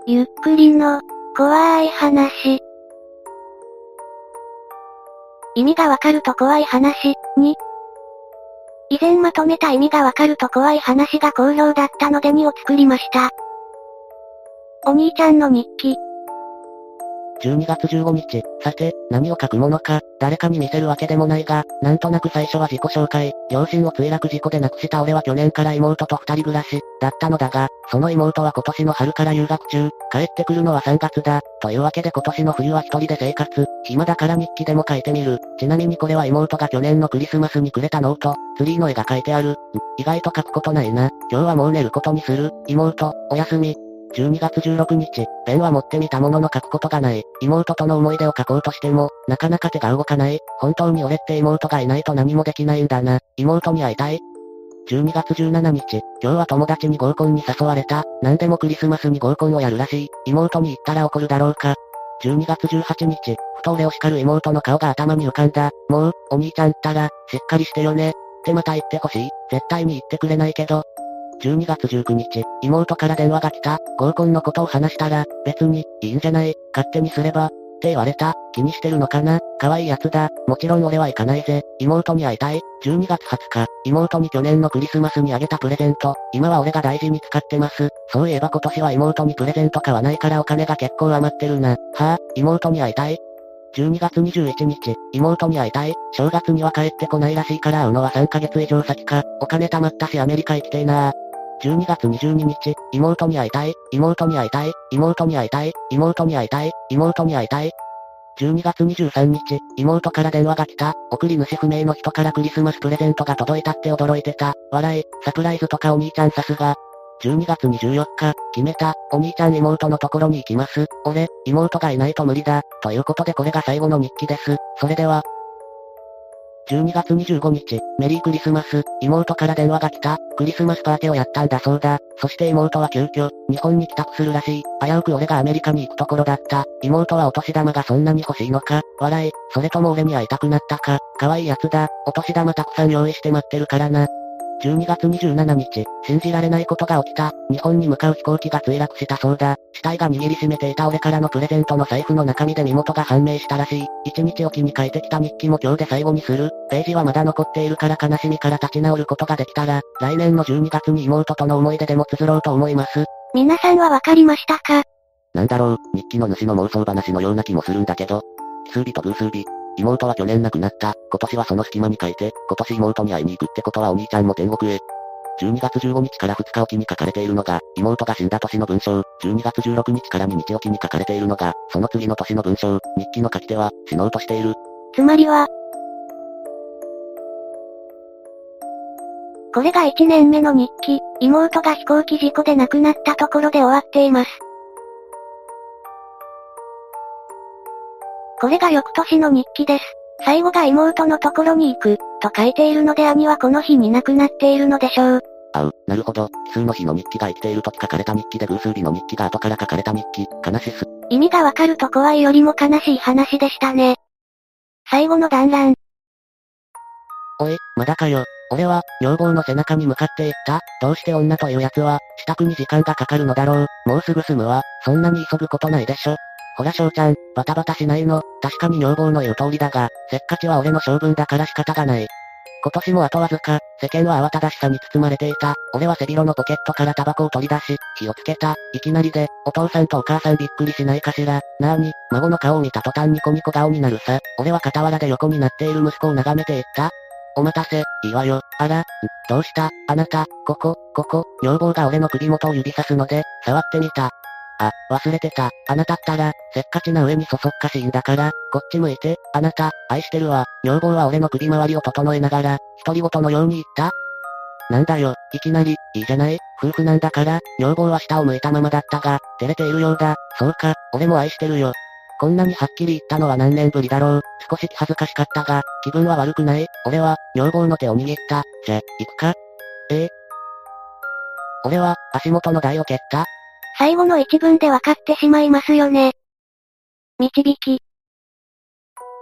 ゆっくりの、怖い話。意味がわかると怖い話、に。以前まとめた意味がわかると怖い話が好評だったので2を作りました。お兄ちゃんの日記。 12月15日、さて、何を書くものか、誰かに見せるわけでもないが、なんとなく最初は自己紹介、両親を墜落事故で亡くした俺は去年から妹と二人暮らし、だったのだが、その妹は今年の春から留学中、帰ってくるのは3月だ、というわけで今年の冬は一人で生活、暇だから日記でも書いてみる。ちなみにこれは妹が去年のクリスマスにくれたノート、ツリーの絵が描いてある。意外と書くことないな。今日はもう寝ることにする。妹、おやすみ。12月16日、ペンは持ってみたものの書くことがない。妹との思い出を書こうとしても、なかなか手が動かない。本当に俺って妹がいないと何もできないんだな。妹に会いたい。12月17日、今日は友達に合コンに誘われた。なんでもクリスマスに合コンをやるらしい。妹に言ったら怒るだろうか。12月18日、ふと俺を叱る妹の顔が頭に浮かんだ。もう、お兄ちゃんったら、しっかりしてよね。ってまた言ってほしい。絶対に言ってくれないけど。12月19日、妹から電話が来た。合コンのことを話したら、別に、いいんじゃない、勝手にすれば。って言われた。気にしてるのかな、可愛いやつだ。もちろん俺は行かないぜ。妹に会いたい。12月20日、妹に去年のクリスマスにあげたプレゼント。今は俺が大事に使ってます。そういえば今年は妹にプレゼント買わないからお金が結構余ってるな。はぁ、妹に会いたい。12月21日、妹に会いたい。正月には帰ってこないらしいから会うのは3ヶ月以上先か。お金貯まったしアメリカ行きてえなー。12月22日、妹に会いたい、妹に会いたい、妹に会いたい、妹に会いたい、妹に会いたい。12月23日、妹から電話が来た。送り主不明の人からクリスマスプレゼントが届いたって驚いてた。笑い、サプライズとかお兄ちゃんさすが。12月24日、決めた。お兄ちゃん妹のところに行きます。俺、妹がいないと無理だ。ということでこれが最後の日記です。それでは。12月25日、メリークリスマス、妹から電話が来た。クリスマスパーティーをやったんだそうだ。そして妹は急遽、日本に帰宅するらしい。危うく俺がアメリカに行くところだった。妹はお年玉がそんなに欲しいのか、笑い、それとも俺に会いたくなったか、可愛いやつだ。お年玉たくさん用意して待ってるからな。12月27日、信じられないことが起きた。日本に向かう飛行機が墜落したそうだ。死体が握りしめていた俺からのプレゼントの財布の中身で身元が判明したらしい。1日おきに書いてきた日記も今日で最後にする。ページはまだ残っているから悲しみから立ち直ることができたら、来年の12月に妹との思い出でも綴ろうと思います。 皆さんはわかりましたか？ なんだろう、日記の主の妄想話のような気もするんだけど。奇数日と偶数日。妹は去年亡くなった。今年はその隙間に書いて、今年妹に会いに行くってことはお兄ちゃんも天国へ。12月15日から2日おきに書かれているのが、妹が死んだ年の文章。12月16日から2日おきに書かれているのが、その次の年の文章。日記の書き手は、死のうとしている。 つまりは、これが1年目の日記、妹が飛行機事故で亡くなったところで終わっています。これが翌年の日記です。最後が妹のところに行く、と書いているので兄はこの日に亡くなっているのでしょう。 なるほど。奇数の日の日記が生きている時書かれた日記で偶数日の日記が後から書かれた日記。悲しす。 意味がわかると怖いよりも悲しい話でしたね。最後の団らん。 おい、まだかよ。俺は、女房の背中に向かって言った。どうして女という奴は、支度に時間がかかるのだろう。もうすぐ済むわ。そんなに急ぐことないでしょ。ほら翔ちゃん、バタバタしないの。確かに女房の言う通りだが、せっかちは俺の性分だから仕方がない。今年もあとわずか、世間は慌ただしさに包まれていた。俺は背広のポケットからタバコを取り出し、火をつけた。いきなりで、お父さんとお母さんびっくりしないかしら。なーに、孫の顔を見た途端ニコニコ顔になるさ。俺は傍らで横になっている息子を眺めて言った。お待たせ、いいわよ。あら、どうしたあなた、ここ、女房が俺の首元を指さすので、触ってみた。あ、忘れてた。あなたったら、せっかちな上にそそっかしいんだから、こっち向いて、あなた、愛してるわ。女房は俺の首周りを整えながら、独り言のように言った。なんだよ、いきなり、いいじゃない、夫婦なんだから、女房は下を向いたままだったが、照れているようだ。そうか、俺も愛してるよ。こんなにはっきり言ったのは何年ぶりだろう。少し気恥ずかしかったが、気分は悪くない。俺は、女房の手を握った。じゃ、行くか。俺は、足元の台を蹴った。 最後の一文で分かってしまいますよね。導き。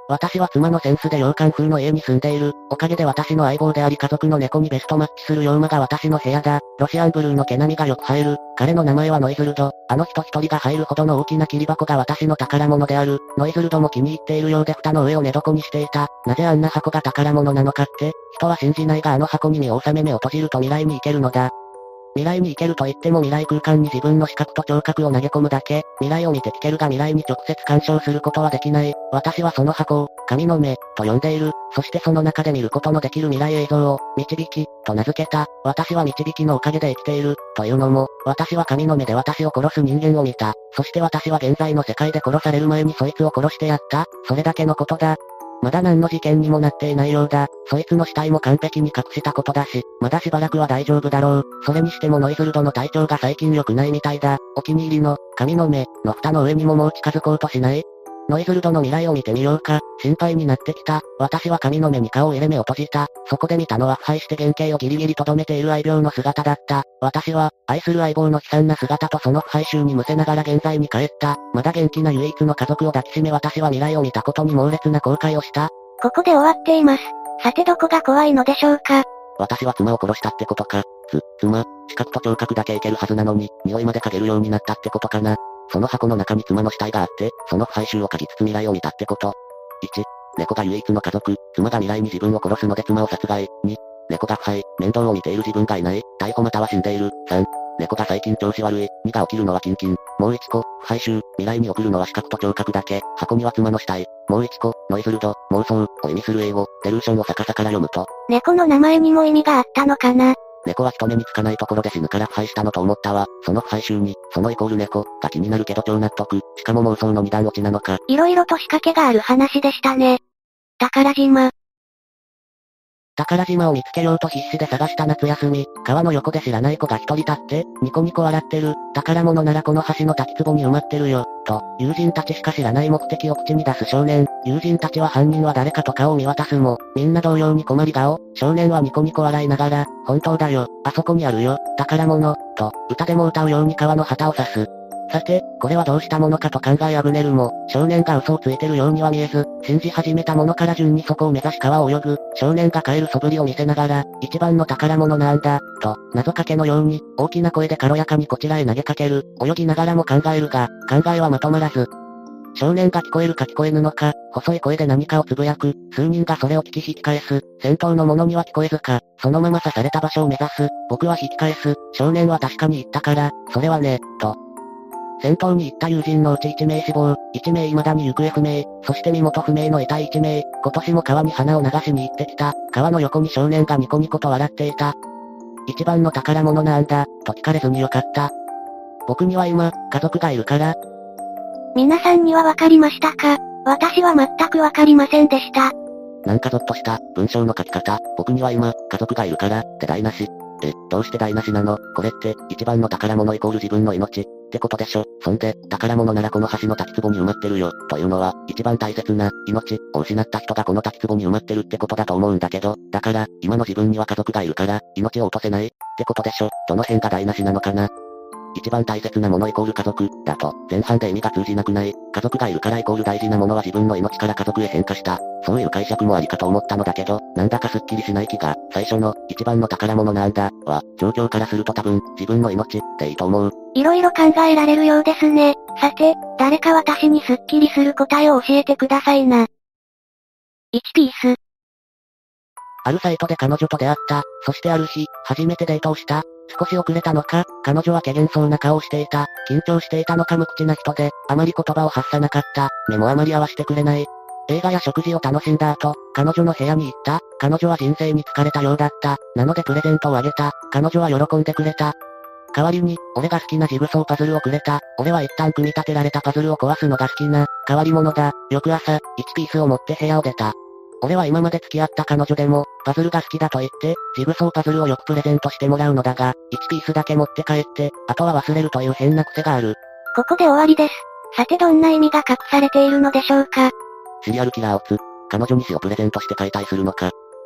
私は妻のセンスで洋館風の家に住んでいる。おかげで私の相棒であり家族の猫にベストマッチする洋間が私の部屋だ。ロシアンブルーの毛並みがよく映える。彼の名前はノイズルド。あの人一人が入るほどの大きな切り箱が私の宝物である。ノイズルドも気に入っているようで蓋の上を寝床にしていた。なぜあんな箱が宝物なのかって、人は信じないがあの箱に身を収め目を閉じると未来に行けるのだ。未来に行けると言っても未来空間に自分の視覚と聴覚を投げ込むだけ。未来を見て聞けるが未来に直接干渉することはできない。私はその箱を、神の目、と呼んでいる。そしてその中で見ることのできる未来映像を、導き、と名付けた。私は導きのおかげで生きている。というのも、私は神の目で私を殺す人間を見た。そして私は現在の世界で殺される前にそいつを殺してやった。それだけのことだ。まだ何の事件にもなっていないようだ。そいつの死体も完璧に隠したことだし、まだしばらくは大丈夫だろう。それにしてもノイズルドの体調が最近良くないみたいだ。お気に入りの、神の目、の蓋の上にももう近づこうとしない？ノイズルドの未来を見てみようか。心配になってきた。私は神の目に顔を入れ目を閉じた。そこで見たのは腐敗して原型をギリギリ留めている愛病の姿だった。私は、愛する相棒の悲惨な姿とその腐敗臭にむせながら現在に帰った。まだ元気な唯一の家族を抱きしめ私は未来を見たことに猛烈な後悔をした。 ここで終わっています。さてどこが怖いのでしょうか。 私は妻を殺したってことか。妻、視覚と聴覚だけいけるはずなのに、匂いまで嗅げるようになったってことかな。その箱の中に妻の死体があって、その腐敗臭を嗅ぎつつ未来を見たってこと。1、猫が唯一の家族、妻が未来に自分を殺すので妻を殺害。2、猫が腐敗、面倒を見ている自分がいない、逮捕または死んでいる。3、猫が最近調子悪い、2が起きるのはキンキン。もう1個、腐敗臭、未来に送るのは視覚と聴覚だけ、箱には妻の死体。もう1個、ノイズルド、妄想、を意味する英語、デルーションを逆さから読むと。 猫の名前にも意味があったのかな。 猫は人目につかないところで死ぬから腐敗したのと思ったわ。その腐敗臭に、そのイコール猫、が気になるけど超納得。しかも妄想の二段落ちなのか。 色々と仕掛けがある話でしたね。宝島。 宝島を見つけようと必死で探した夏休み、川の横で知らない子が一人立って、ニコニコ笑ってる。宝物ならこの橋の滝壺に埋まってるよ、と、友人たちしか知らない目的を口に出す少年。友人たちは犯人は誰かと顔を見渡すも、みんな同様に困り顔。少年はニコニコ笑いながら、本当だよ、あそこにあるよ、宝物、と、歌でも歌うように川の旗を指す。さて、これはどうしたものかと考えあぶねるも、少年が嘘をついてるようには見えず、信じ始めたものから順にそこを目指し川を泳ぐ、少年が帰る素振りを見せながら、一番の宝物なんだ、と、謎かけのように、大きな声で軽やかにこちらへ投げかける、泳ぎながらも考えるが、考えはまとまらず。少年が聞こえるか聞こえぬのか、細い声で何かをつぶやく、数人がそれを聞き引き返す、先頭の者には聞こえずか、そのまま刺された場所を目指す、僕は引き返す、少年は確かに言ったから、それはね、と。先頭に行った友人のうち1名死亡、1名未だに行方不明、そして身元不明の遺体1名、今年も川に花を流しに行ってきた、川の横に少年がニコニコと笑っていた。一番の宝物なんだ、と聞かれずによかった。僕には今、家族がいるから。 皆さんにはわかりましたか？私は全くわかりませんでした。 なんかゾッとした、文章の書き方、僕には今、家族がいるから、って台無し。どうして台無しなの？これって、一番の宝物イコール自分の命、ってことでしょ。そんで、宝物ならこの橋の滝壺に埋まってるよ、というのは、一番大切な、命、を失った人がこの滝壺に埋まってるってことだと思うんだけど、だから、今の自分には家族がいるから、命を落とせない、ってことでしょ。どの辺が台無しなのかな。一番大切なものイコール家族、だと、前半で意味が通じなくない。家族がいるからイコール大事なものは自分の命から家族へ変化した。そういう解釈もありかと思ったのだけど、なんだかすっきりしない気が、最初の、一番の宝物なんだ、は、状況からすると多分、自分の命、でいいと思う。 いろいろ考えられるようですね。さて、誰か私にすっきりする答えを教えてくださいな。1ピース。 あるサイトで彼女と出会った。そしてある日、初めてデートをした。少し遅れたのか、彼女は怪訝そうな顔をしていた。緊張していたのか無口な人で、あまり言葉を発さなかった。目もあまり合わせてくれない。映画や食事を楽しんだ後、彼女の部屋に行った。彼女は人生に疲れたようだった。なのでプレゼントをあげた。彼女は喜んでくれた。代わりに、俺が好きなジグソーパズルをくれた。俺は一旦組み立てられたパズルを壊すのが好きな、変わり者だ。翌朝、1ピースを持って部屋を出た。俺は今まで付き合った彼女でも、パズルが好きだと言って、ジグソーパズルをよくプレゼントしてもらうのだが、1ピースだけ持って帰って、あとは忘れるという変な癖がある。 ここで終わりです。さてどんな意味が隠されているのでしょうか。 シリアルキラーを彼女に死をプレゼントして解体するのか。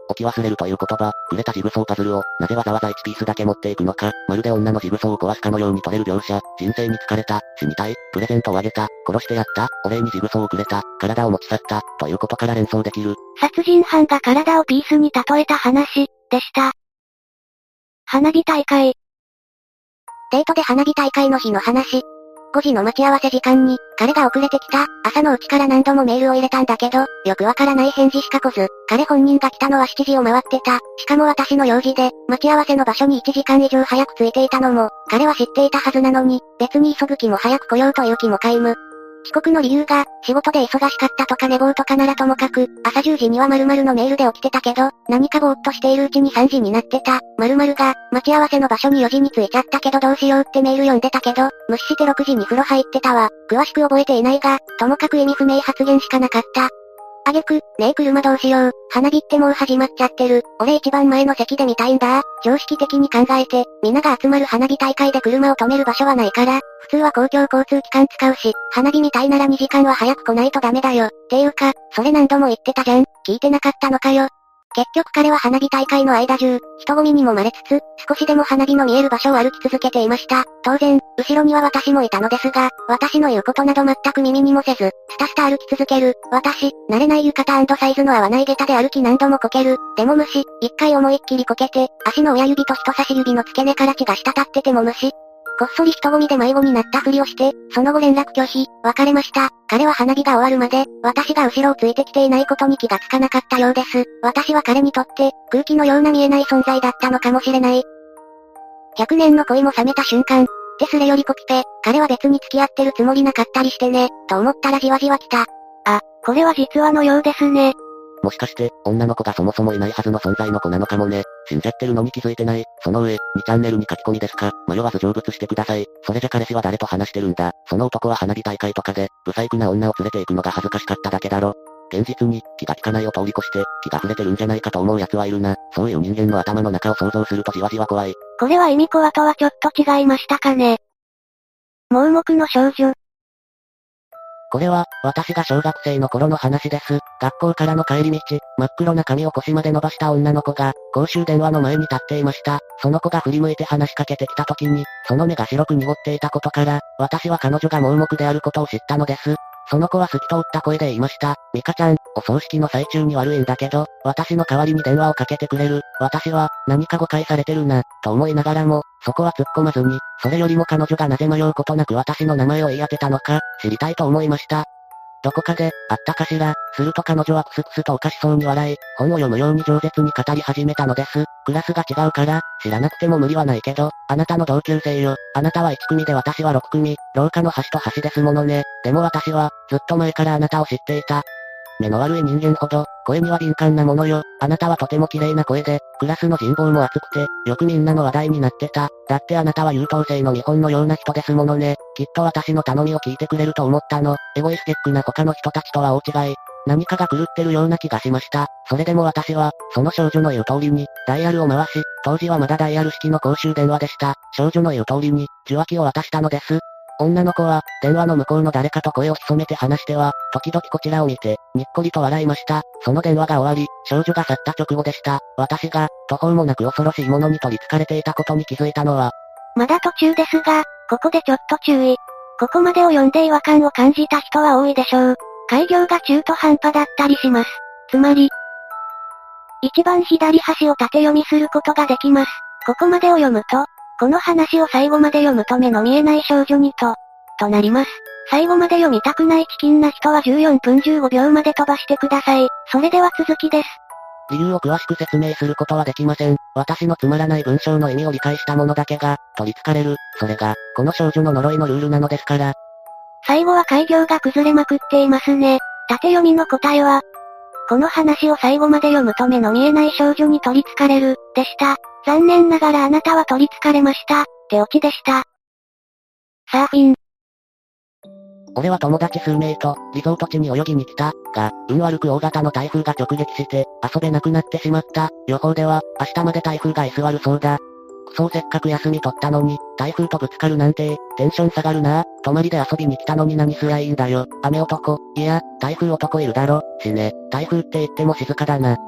置き忘れるという言葉、くれたジグソーパズルを、なぜわざわざ1ピースだけ持っていくのか、まるで女のジグソーを壊すかのように取れる描写、人生に疲れた、死にたい、プレゼントをあげた、殺してやった、お礼にジグソーをくれた、体を持ち去った、ということから連想できる。 殺人犯が体をピースに例えた話、でした。花火大会。 デートで花火大会の日の話。5時の待ち合わせ時間に、彼が遅れてきた。朝のうちから何度もメールを入れたんだけど、よくわからない返事しか来ず、彼本人が来たのは7時を回ってた。しかも私の用事で、待ち合わせの場所に1時間以上早く着いていたのも、彼は知っていたはずなのに、別に急ぐ気も早く来ようという気も皆無。遅刻の理由が、仕事で忙しかったとか寝坊とかならともかく、朝10時には〇〇のメールで起きてたけど、何かぼーっとしているうちに3時になってた。〇〇が、待ち合わせの場所に4時に着いちゃったけどどうしようってメール読んでたけど、無視して6時に風呂入ってたわ。詳しく覚えていないが、ともかく意味不明発言しかなかった。挙句、ねえ車どうしよう。花火ってもう始まっちゃってる。俺一番前の席で見たいんだ。常識的に考えて、皆が集まる花火大会で車を止める場所はないから、普通は公共交通機関使うし、花火みたいなら2時間は早く来ないとダメだよ。っていうか、それ何度も言ってたじゃん。聞いてなかったのかよ。結局彼は花火大会の間中、人混みにもまれつつ、少しでも花火の見える場所を歩き続けていました。当然、後ろには私もいたのですが、私の言うことなど全く耳にもせず、スタスタ歩き続ける。私、慣れない浴衣&サイズの合わない下駄で歩き何度もこける。でも無視、一回思いっきりこけて、足の親指と人差し指の付け根から血が滴ってても無視。こっそり人混みで迷子になったふりをして、その後連絡拒否、別れました。彼は花火が終わるまで、私が後ろをついてきていないことに気がつかなかったようです。私は彼にとって、空気のような見えない存在だったのかもしれない。100年の恋も冷めた瞬間。ってそれよりコピペ、彼は別に付き合ってるつもりなかったりしてね、と思ったらじわじわ来た。 あ、これは実話のようですね。 もしかして、女の子がそもそもいないはずの存在の子なのかもね。死んじゃってるのに気づいてない。その上、2チャンネルに書き込みですか。迷わず成仏してください。それじゃ彼氏は誰と話してるんだ。その男は花火大会とかで、不細工な女を連れて行くのが恥ずかしかっただけだろ。現実に、気が利かないを通り越して、気が触れてるんじゃないかと思う奴はいるな。そういう人間の頭の中を想像するとじわじわ怖い。 これは意味コアとはちょっと違いましたかね。盲目の少女。 これは、私が小学生の頃の話です。学校からの帰り道、真っ黒な髪を腰まで伸ばした女の子が、公衆電話の前に立っていました。その子が振り向いて話しかけてきた時に、その目が白く濁っていたことから、私は彼女が盲目であることを知ったのです。その子は透き通った声で言いました。ミカちゃん、お葬式の最中に悪いんだけど、私の代わりに電話をかけてくれる。私は、何か誤解されてるな、と思いながらも、そこは突っ込まずに、それよりも彼女がなぜ迷うことなく私の名前を言い当てたのか、知りたいと思いました。どこかで、あったかしら。すると彼女はクスクスとおかしそうに笑い、本を読むように饒舌に語り始めたのです。クラスが違うから、知らなくても無理はないけど、あなたの同級生よ。あなたは1組で私は6組、廊下の端と端ですものね。でも私は、ずっと前からあなたを知っていた。目の悪い人間ほど、声には敏感なものよ。あなたはとても綺麗な声で、クラスの人望も厚くて、よくみんなの話題になってた。だってあなたは優等生の日本のような人ですものね。きっと私の頼みを聞いてくれると思ったの。エゴイスティックな他の人たちとは大違い。何かが狂ってるような気がしました。それでも私は、その少女の言う通りに、ダイヤルを回し、当時はまだダイヤル式の公衆電話でした。少女の言う通りに、受話器を渡したのです。女の子は、電話の向こうの誰かと声を潜めて話しては、時々こちらを見て、にっこりと笑いました。その電話が終わり、少女が去った直後でした。私が、途方もなく恐ろしいものに取り憑かれていたことに気づいたのは、 まだ途中ですが、ここでちょっと注意。ここまでを読んで違和感を感じた人は多いでしょう。改行が中途半端だったりします。つまり、一番左端を縦読みすることができます。ここまでを読むと、この話を最後まで読むと目の見えない少女にとなります。最後まで読みたくないチキンな人は14分15秒まで飛ばしてください。それでは続きです。 理由を詳しく説明することはできません。私のつまらない文章の意味を理解した者だけが、取り憑かれる。それが、この少女の呪いのルールなのですから。 最後は改行が崩れまくっていますね。縦読みの答えは、この話を最後まで読むと目の見えない少女に取り憑かれる、でした。残念ながらあなたは取り憑かれました。ってオチでした。サーフィン。 俺は友達数名と、リゾート地に泳ぎに来た、が、運悪く大型の台風が直撃して、遊べなくなってしまった。予報では、明日まで台風が居座るそうだ。そうせっかく休み取ったのに、台風とぶつかるなんて、テンション下がるな。泊まりで遊びに来たのに何すりゃいいんだよ。雨男、いや、台風男いるだろ。死ね。台風って言っても静かだな。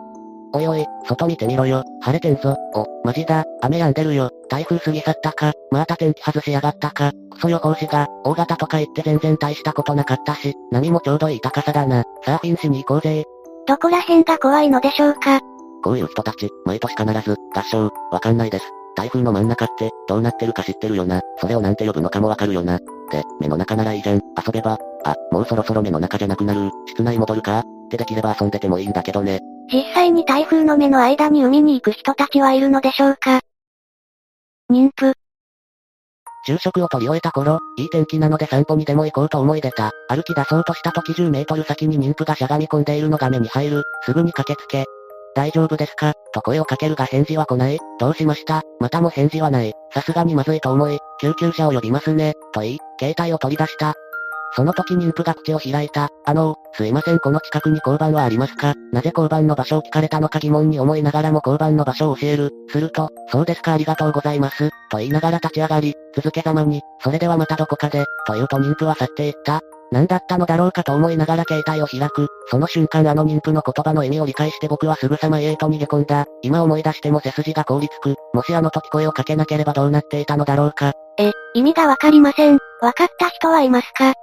おいおい、外見てみろよ。晴れてんぞ。お、マジだ。雨止んでるよ。台風過ぎ去ったか。また天気外しやがったか。クソ予報士が、大型とか言って全然大したことなかったし、波もちょうどいい高さだな。サーフィンしに行こうぜ。 どこら辺が怖いのでしょうか。 こういう人たち、毎年必ず、合唱、わかんないです。台風の真ん中って、どうなってるか知ってるよな。それをなんて呼ぶのかもわかるよな。で、目の中ならいいじゃん。遊べば。あ、もうそろそろ目の中じゃなくなる。室内戻るかってできれば遊んでてもいいんだけどね。 実際に台風の目の間に海に行く人たちはいるのでしょうか。妊婦。 昼食を取り終えた頃、いい天気なので散歩にでも行こうと思い出た。歩き出そうとした時10メートル先に妊婦がしゃがみ込んでいるのが目に入る。すぐに駆けつけ。大丈夫ですかと声をかけるが返事は来ない。どうしましたまたも返事はない。さすがにまずいと思い、救急車を呼びますね。と言い、携帯を取り出した。その時妊婦が口を開いた。すいませんこの近くに交番はありますかなぜ交番の場所を聞かれたのか疑問に思いながらも交番の場所を教える。すると、そうですかありがとうございます。と言いながら立ち上がり、続けざまに、それではまたどこかで、と言うと妊婦は去っていった。何だったのだろうかと思いながら携帯を開く。その瞬間妊婦の言葉の意味を理解して僕はすぐさま家へと逃げ込んだ。今思い出しても背筋が凍りつく。もしあの時声をかけなければどうなっていたのだろうか。 意味がわかりません。わかった人はいますか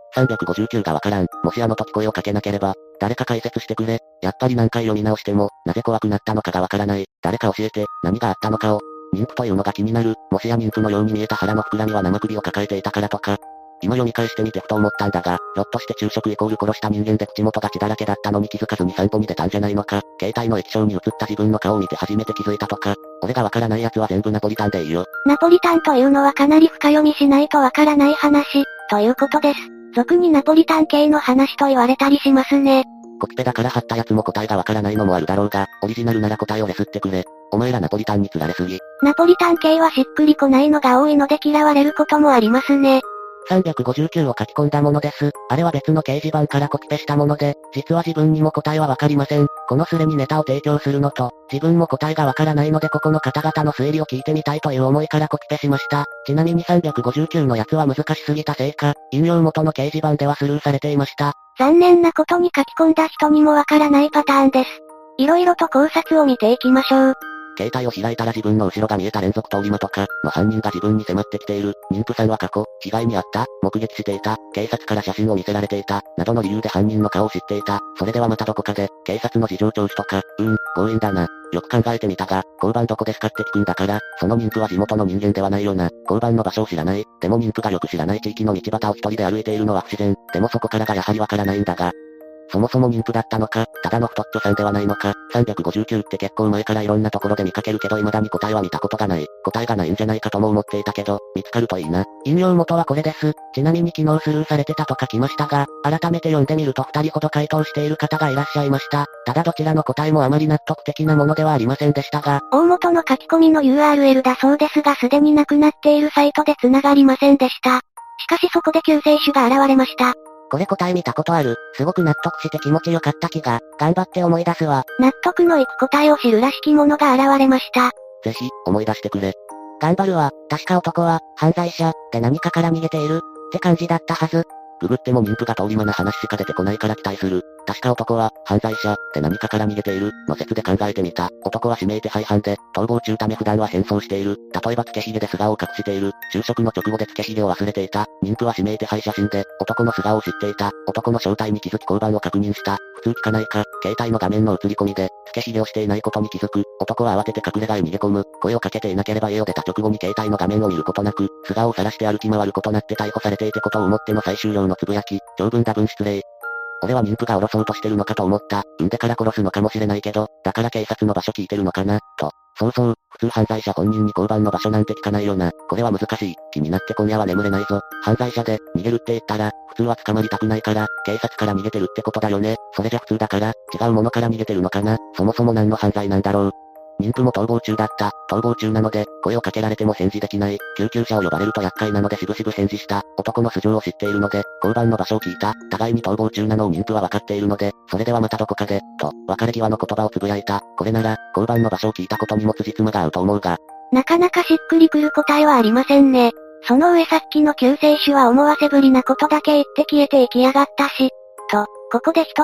359がわからん。もしあの時声をかけなければ、誰か解説してくれ。やっぱり何回読み直しても、なぜ怖くなったのかがわからない。誰か教えて、何があったのかを。妊婦というのが気になる。もしや妊婦のように見えた腹の膨らみは生首を抱えていたからとか。今読み返してみてふと思ったんだが、ひょっとして昼食イコール殺した人間で口元が血だらけだったのに気づかずに散歩に出たんじゃないのか。携帯の液晶に映った自分の顔を見て初めて気づいたとか。俺がわからない奴は全部ナポリタンでいいよ。 ナポリタンというのはかなり深読みしないとわからない話、ということです。俗にナポリタン系の話と言われたりしますね。 コピペだから貼ったやつも答えがわからないのもあるだろうが、オリジナルなら答えをレスってくれ。お前らナポリタンに釣られすぎ。 ナポリタン系はしっくりこないのが多いので嫌われることもありますね。 359を書き込んだものです。あれは別の掲示板からコピペしたもので、実は自分にも答えはわかりません。このスレにネタを提供するのと、自分も答えがわからないのでここの方々の推理を聞いてみたいという思いからコピペしました。ちなみに359のやつは難しすぎたせいか、引用元の掲示板ではスルーされていました。 残念なことに書き込んだ人にもわからないパターンです。いろいろと考察を見ていきましょう。 携帯を開いたら自分の後ろが見えた連続通り魔とか、の犯人が自分に迫ってきている、妊婦さんは過去、被害に遭った、目撃していた、警察から写真を見せられていた、などの理由で犯人の顔を知っていた、それではまたどこかで、警察の事情聴取とか、強引だな。よく考えてみたが、交番どこですかって聞くんだから、その妊婦は地元の人間ではないよな。交番の場所を知らない。でも妊婦がよく知らない地域の道端を一人で歩いているのは不自然。でもそこからがやはりわからないんだが。そもそも妊婦だったのか、ただの太っちょさんではないのか、359って結構前からいろんなところで見かけるけど未だに答えは見たことがない。答えがないんじゃないかとも思っていたけど、見つかるといいな。引用元はこれです。ちなみに昨日スルーされてたと書きましたが、改めて読んでみると2人ほど回答している方がいらっしゃいました。ただどちらの答えもあまり納得的なものではありませんでしたが、 大元の書き込みの URL だそうですがすでになくなっているサイトで繋がりませんでした。しかしそこで救世主が現れました。 これ答え見たことある。すごく納得して気持ちよかった気が、頑張って思い出すわ。 納得のいく答えを知るらしきものが現れました。 ぜひ、思い出してくれ。 頑張るわ。確か男は、犯罪者、で何かから逃げている、って感じだったはず。 ググっても妊婦が通り魔な話しか出てこないから期待する。確か男は、犯罪者、で何かから逃げている、の説で考えてみた。男は指名手配犯で、逃亡中ため普段は変装している。例えばつけひげで素顔を隠している。昼食の直後でつけひげを忘れていた。妊婦は指名手配写真で、男の素顔を知っていた。男の正体に気づき交番を確認した。普通聞かないか、携帯の画面の映り込みで、つけひげをしていないことに気づく。男は慌てて隠れ家へ逃げ込む。声をかけていなければ家を出た直後に携帯の画面を見ることなく、素顔を晒して歩き回ることなって逮捕されていてことを思っての最終量のつぶやき。長文多分失礼。俺は妊婦が降ろそうとしてるのかと思った。産んでから殺すのかもしれないけど、だから警察の場所聞いてるのかな、と。そうそう、普通犯罪者本人に交番の場所なんて聞かないよな。これは難しい。気になって今夜は眠れないぞ。犯罪者で、逃げるって言ったら、普通は捕まりたくないから、警察から逃げてるってことだよね。それじゃ普通だから、違うものから逃げてるのかな。そもそも何の犯罪なんだろう。妊婦も逃亡中だった。逃亡中なので、声をかけられても返事できない。救急車を呼ばれると厄介なのでしぶしぶ返事した。男の素性を知っているので、交番の場所を聞いた。互いに逃亡中なのを妊婦は分かっているので、それではまたどこかで、と、別れ際の言葉をつぶやいた。これなら、交番の場所を聞いたことにも辻褄が合うと思うが。 なかなかしっくりくる答えはありませんね。その上さっきの救世主は思わせぶりなことだけ言って消えていきやがったし。と、ここで一つ、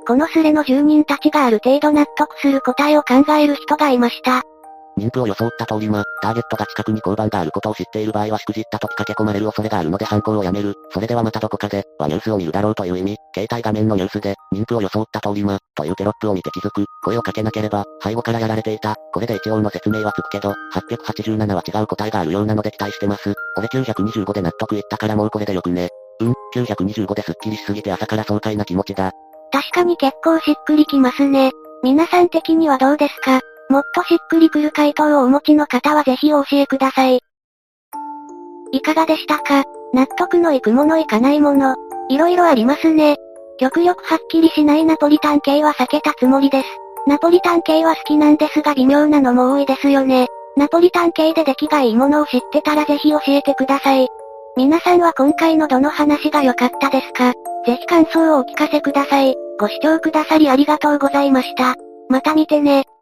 このスレの住人たちがある程度納得する答えを考える人がいました。 妊婦を装った通りターゲットが近くに交番があることを知っている場合はしくじった時駆け込まれる恐れがあるので犯行をやめる。それではまたどこかで、ニュースを見るだろうという意味。携帯画面のニュースで、妊婦を装った通りというテロップを見て気づく。声をかけなければ、背後からやられていた。これで一応の説明はつくけど、887は違う答えがあるようなので期待してます。俺925で納得いったからもうこれでよくね。925ですっきりしすぎて朝から爽快な気持ちだ。 確かに結構しっくりきますね。皆さん的にはどうですか？もっとしっくりくる回答をお持ちの方はぜひお教えください。いかがでしたか？納得のいくものいかないもの、いろいろありますね。極力はっきりしないナポリタン系は避けたつもりです。ナポリタン系は好きなんですが微妙なのも多いですよね。ナポリタン系で出来がいいものを知ってたらぜひ教えてください。皆さんは今回のどの話が良かったですか？ぜひ感想をお聞かせください。ご視聴くださりありがとうございました。また見てね。